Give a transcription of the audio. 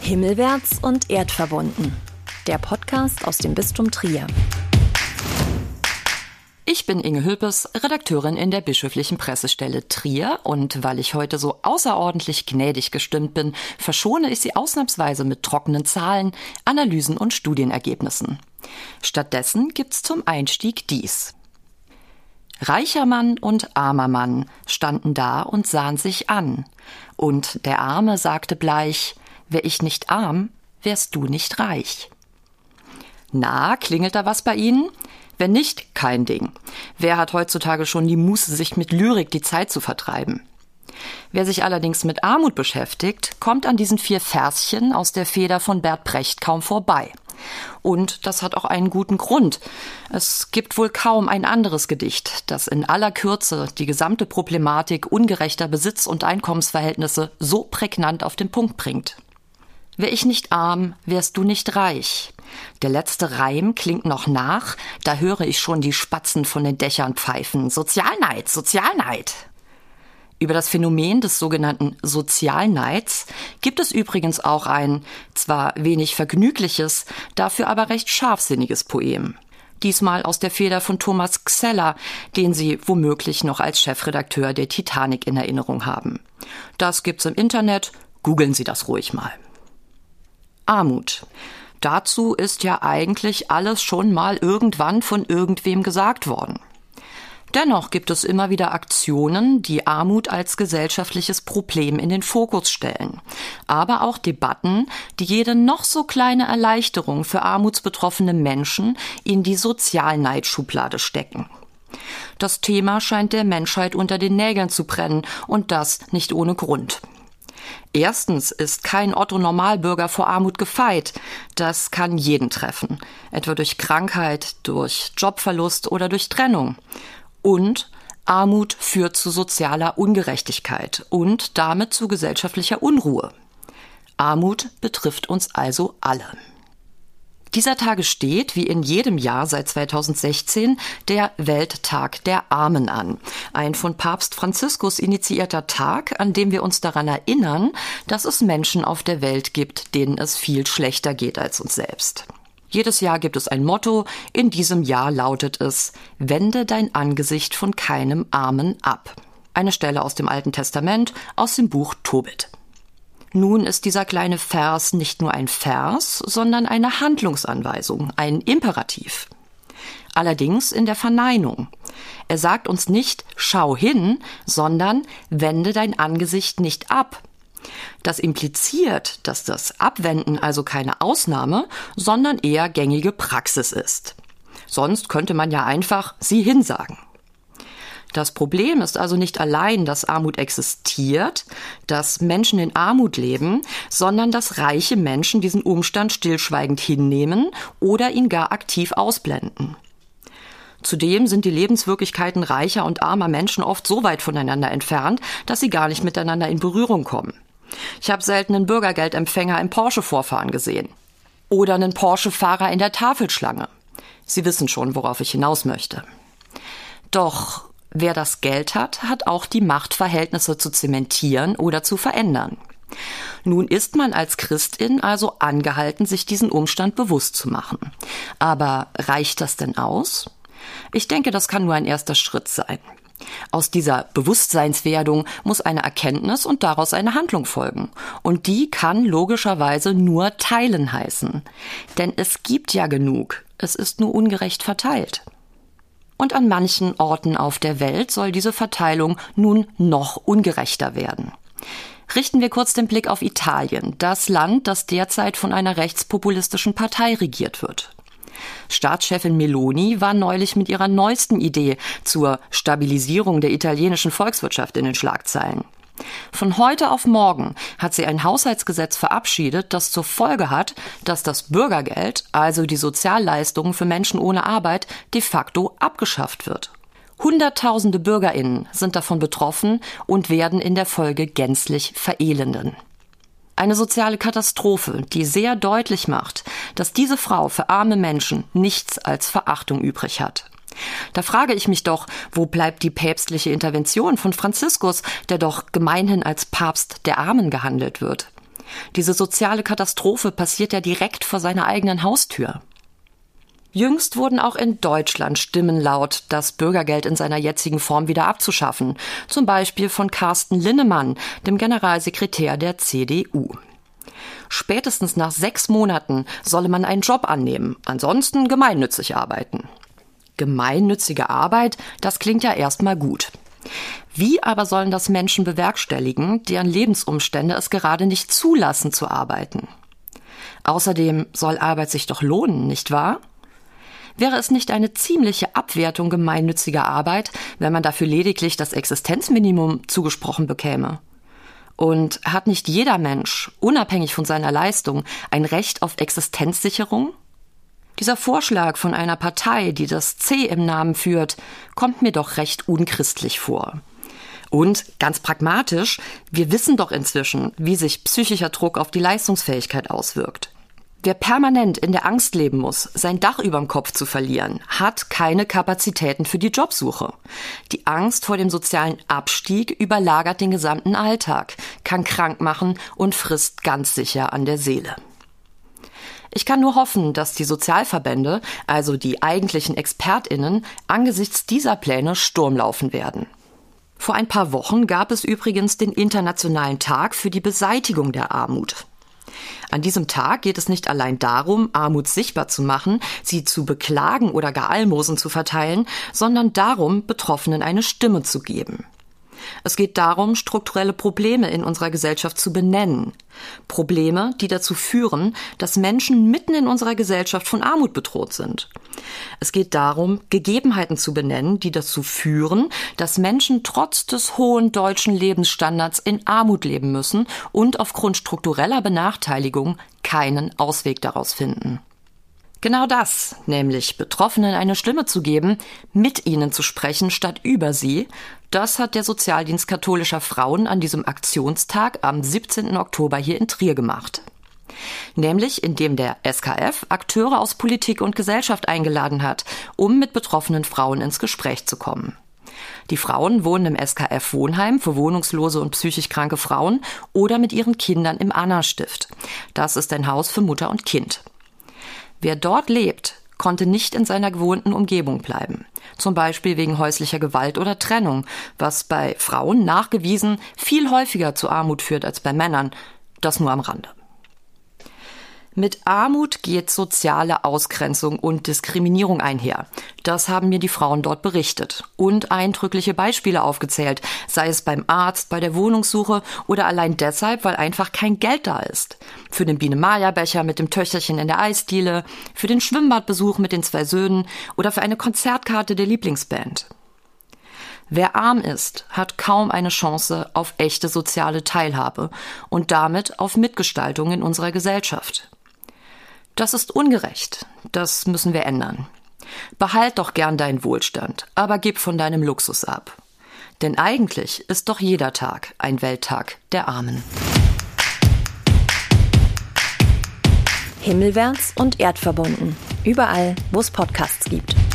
Himmelwärts und erdverbunden. Der Podcast aus dem Bistum Trier. Ich bin Inge Hülpes, Redakteurin in der bischöflichen Pressestelle Trier, und weil ich heute so außerordentlich gnädig gestimmt bin, verschone ich Sie ausnahmsweise mit trockenen Zahlen, Analysen und Studienergebnissen. Stattdessen gibt's zum Einstieg dies. Reicher Mann und armer Mann standen da und sahen sich an, und der Arme sagte bleich: Wär ich nicht arm, wärst du nicht reich. Na, klingelt da was bei Ihnen? Wenn nicht, kein Ding. Wer hat heutzutage schon die Muße, sich mit Lyrik die Zeit zu vertreiben? Wer sich allerdings mit Armut beschäftigt, kommt an diesen 4 Verschen aus der Feder von Bert Brecht kaum vorbei. Und das hat auch einen guten Grund. Es gibt wohl kaum ein anderes Gedicht, das in aller Kürze die gesamte Problematik ungerechter Besitz- und Einkommensverhältnisse so prägnant auf den Punkt bringt. Wär ich nicht arm, wärst du nicht reich. Der letzte Reim klingt noch nach, da höre ich schon die Spatzen von den Dächern pfeifen. Sozialneid, Sozialneid. Über das Phänomen des sogenannten Sozialneids gibt es übrigens auch ein, zwar wenig vergnügliches, dafür aber recht scharfsinniges Poem. Diesmal aus der Feder von Thomas Xeller, den Sie womöglich noch als Chefredakteur der Titanic in Erinnerung haben. Das gibt's im Internet, googeln Sie das ruhig mal. Armut. Dazu ist ja eigentlich alles schon mal irgendwann von irgendwem gesagt worden. Dennoch gibt es immer wieder Aktionen, die Armut als gesellschaftliches Problem in den Fokus stellen. Aber auch Debatten, die jede noch so kleine Erleichterung für armutsbetroffene Menschen in die Sozialneidschublade stecken. Das Thema scheint der Menschheit unter den Nägeln zu brennen, und das nicht ohne Grund. Erstens ist kein Otto-Normalbürger vor Armut gefeit. Das kann jeden treffen, etwa durch Krankheit, durch Jobverlust oder durch Trennung. Und Armut führt zu sozialer Ungerechtigkeit und damit zu gesellschaftlicher Unruhe. Armut betrifft uns also alle. Dieser Tage steht, wie in jedem Jahr seit 2016, der Welttag der Armen an. Ein von Papst Franziskus initiierter Tag, an dem wir uns daran erinnern, dass es Menschen auf der Welt gibt, denen es viel schlechter geht als uns selbst. Jedes Jahr gibt es ein Motto. In diesem Jahr lautet es: Wende dein Angesicht von keinem Armen ab. Eine Stelle aus dem Alten Testament, aus dem Buch Tobit. Nun ist dieser kleine Vers nicht nur ein Vers, sondern eine Handlungsanweisung, ein Imperativ. Allerdings in der Verneinung. Er sagt uns nicht: Schau hin, sondern wende dein Angesicht nicht ab. Das impliziert, dass das Abwenden also keine Ausnahme, sondern eher gängige Praxis ist. Sonst könnte man ja einfach sieh hin sagen. Das Problem ist also nicht allein, dass Armut existiert, dass Menschen in Armut leben, sondern dass reiche Menschen diesen Umstand stillschweigend hinnehmen oder ihn gar aktiv ausblenden. Zudem sind die Lebenswirklichkeiten reicher und armer Menschen oft so weit voneinander entfernt, dass sie gar nicht miteinander in Berührung kommen. Ich habe selten einen Bürgergeldempfänger im Porsche vorfahren gesehen. Oder einen Porsche-Fahrer in der Tafelschlange. Sie wissen schon, worauf ich hinaus möchte. Doch wer das Geld hat, hat auch die Machtverhältnisse zu zementieren oder zu verändern. Nun ist man als Christin also angehalten, sich diesen Umstand bewusst zu machen. Aber reicht das denn aus? Ich denke, das kann nur ein erster Schritt sein. Aus dieser Bewusstseinswerdung muss eine Erkenntnis und daraus eine Handlung folgen. Und die kann logischerweise nur teilen heißen. Denn es gibt ja genug, es ist nur ungerecht verteilt. Und an manchen Orten auf der Welt soll diese Verteilung nun noch ungerechter werden. Richten wir kurz den Blick auf Italien, das Land, das derzeit von einer rechtspopulistischen Partei regiert wird. Staatschefin Meloni war neulich mit ihrer neuesten Idee zur Stabilisierung der italienischen Volkswirtschaft in den Schlagzeilen. Von heute auf morgen hat sie ein Haushaltsgesetz verabschiedet, das zur Folge hat, dass das Bürgergeld, also die Sozialleistungen für Menschen ohne Arbeit, de facto abgeschafft wird. Hunderttausende BürgerInnen sind davon betroffen und werden in der Folge gänzlich verelenden. Eine soziale Katastrophe, die sehr deutlich macht, dass diese Frau für arme Menschen nichts als Verachtung übrig hat. Da frage ich mich doch, wo bleibt die päpstliche Intervention von Franziskus, der doch gemeinhin als Papst der Armen gehandelt wird? Diese soziale Katastrophe passiert ja direkt vor seiner eigenen Haustür. Jüngst wurden auch in Deutschland Stimmen laut, das Bürgergeld in seiner jetzigen Form wieder abzuschaffen. Zum Beispiel von Carsten Linnemann, dem Generalsekretär der CDU. Spätestens nach 6 Monaten solle man einen Job annehmen, ansonsten gemeinnützig arbeiten. Gemeinnützige Arbeit, das klingt ja erstmal gut. Wie aber sollen das Menschen bewerkstelligen, deren Lebensumstände es gerade nicht zulassen zu arbeiten? Außerdem soll Arbeit sich doch lohnen, nicht wahr? Wäre es nicht eine ziemliche Abwertung gemeinnütziger Arbeit, wenn man dafür lediglich das Existenzminimum zugesprochen bekäme? Und hat nicht jeder Mensch, unabhängig von seiner Leistung, ein Recht auf Existenzsicherung? Dieser Vorschlag von einer Partei, die das C im Namen führt, kommt mir doch recht unchristlich vor. Und ganz pragmatisch, wir wissen doch inzwischen, wie sich psychischer Druck auf die Leistungsfähigkeit auswirkt. Wer permanent in der Angst leben muss, sein Dach überm Kopf zu verlieren, hat keine Kapazitäten für die Jobsuche. Die Angst vor dem sozialen Abstieg überlagert den gesamten Alltag, kann krank machen und frisst ganz sicher an der Seele. Ich kann nur hoffen, dass die Sozialverbände, also die eigentlichen ExpertInnen, angesichts dieser Pläne Sturm laufen werden. Vor ein paar Wochen gab es übrigens den Internationalen Tag für die Beseitigung der Armut. An diesem Tag geht es nicht allein darum, Armut sichtbar zu machen, sie zu beklagen oder gar Almosen zu verteilen, sondern darum, Betroffenen eine Stimme zu geben. Es geht darum, strukturelle Probleme in unserer Gesellschaft zu benennen. Probleme, die dazu führen, dass Menschen mitten in unserer Gesellschaft von Armut bedroht sind. Es geht darum, Gegebenheiten zu benennen, die dazu führen, dass Menschen trotz des hohen deutschen Lebensstandards in Armut leben müssen und aufgrund struktureller Benachteiligung keinen Ausweg daraus finden. Genau das, nämlich Betroffenen eine Stimme zu geben, mit ihnen zu sprechen statt über sie, das hat der Sozialdienst katholischer Frauen an diesem Aktionstag am 17. Oktober hier in Trier gemacht. Nämlich indem der SKF Akteure aus Politik und Gesellschaft eingeladen hat, um mit betroffenen Frauen ins Gespräch zu kommen. Die Frauen wohnen im SKF-Wohnheim für wohnungslose und psychisch kranke Frauen oder mit ihren Kindern im Anna-Stift. Das ist ein Haus für Mutter und Kind. Wer dort lebt, konnte nicht in seiner gewohnten Umgebung bleiben. Zum Beispiel wegen häuslicher Gewalt oder Trennung, was bei Frauen nachgewiesen viel häufiger zu Armut führt als bei Männern. Das nur am Rande. Mit Armut geht soziale Ausgrenzung und Diskriminierung einher. Das haben mir die Frauen dort berichtet und eindrückliche Beispiele aufgezählt, sei es beim Arzt, bei der Wohnungssuche oder allein deshalb, weil einfach kein Geld da ist. Für den Biene-Maja-Becher mit dem Töchterchen in der Eisdiele, für den Schwimmbadbesuch mit den 2 Söhnen oder für eine Konzertkarte der Lieblingsband. Wer arm ist, hat kaum eine Chance auf echte soziale Teilhabe und damit auf Mitgestaltung in unserer Gesellschaft. Das ist ungerecht. Das müssen wir ändern. Behalt doch gern deinen Wohlstand, aber gib von deinem Luxus ab. Denn eigentlich ist doch jeder Tag ein Welttag der Armen. Himmelwärts und erdverbunden. Überall, wo es Podcasts gibt.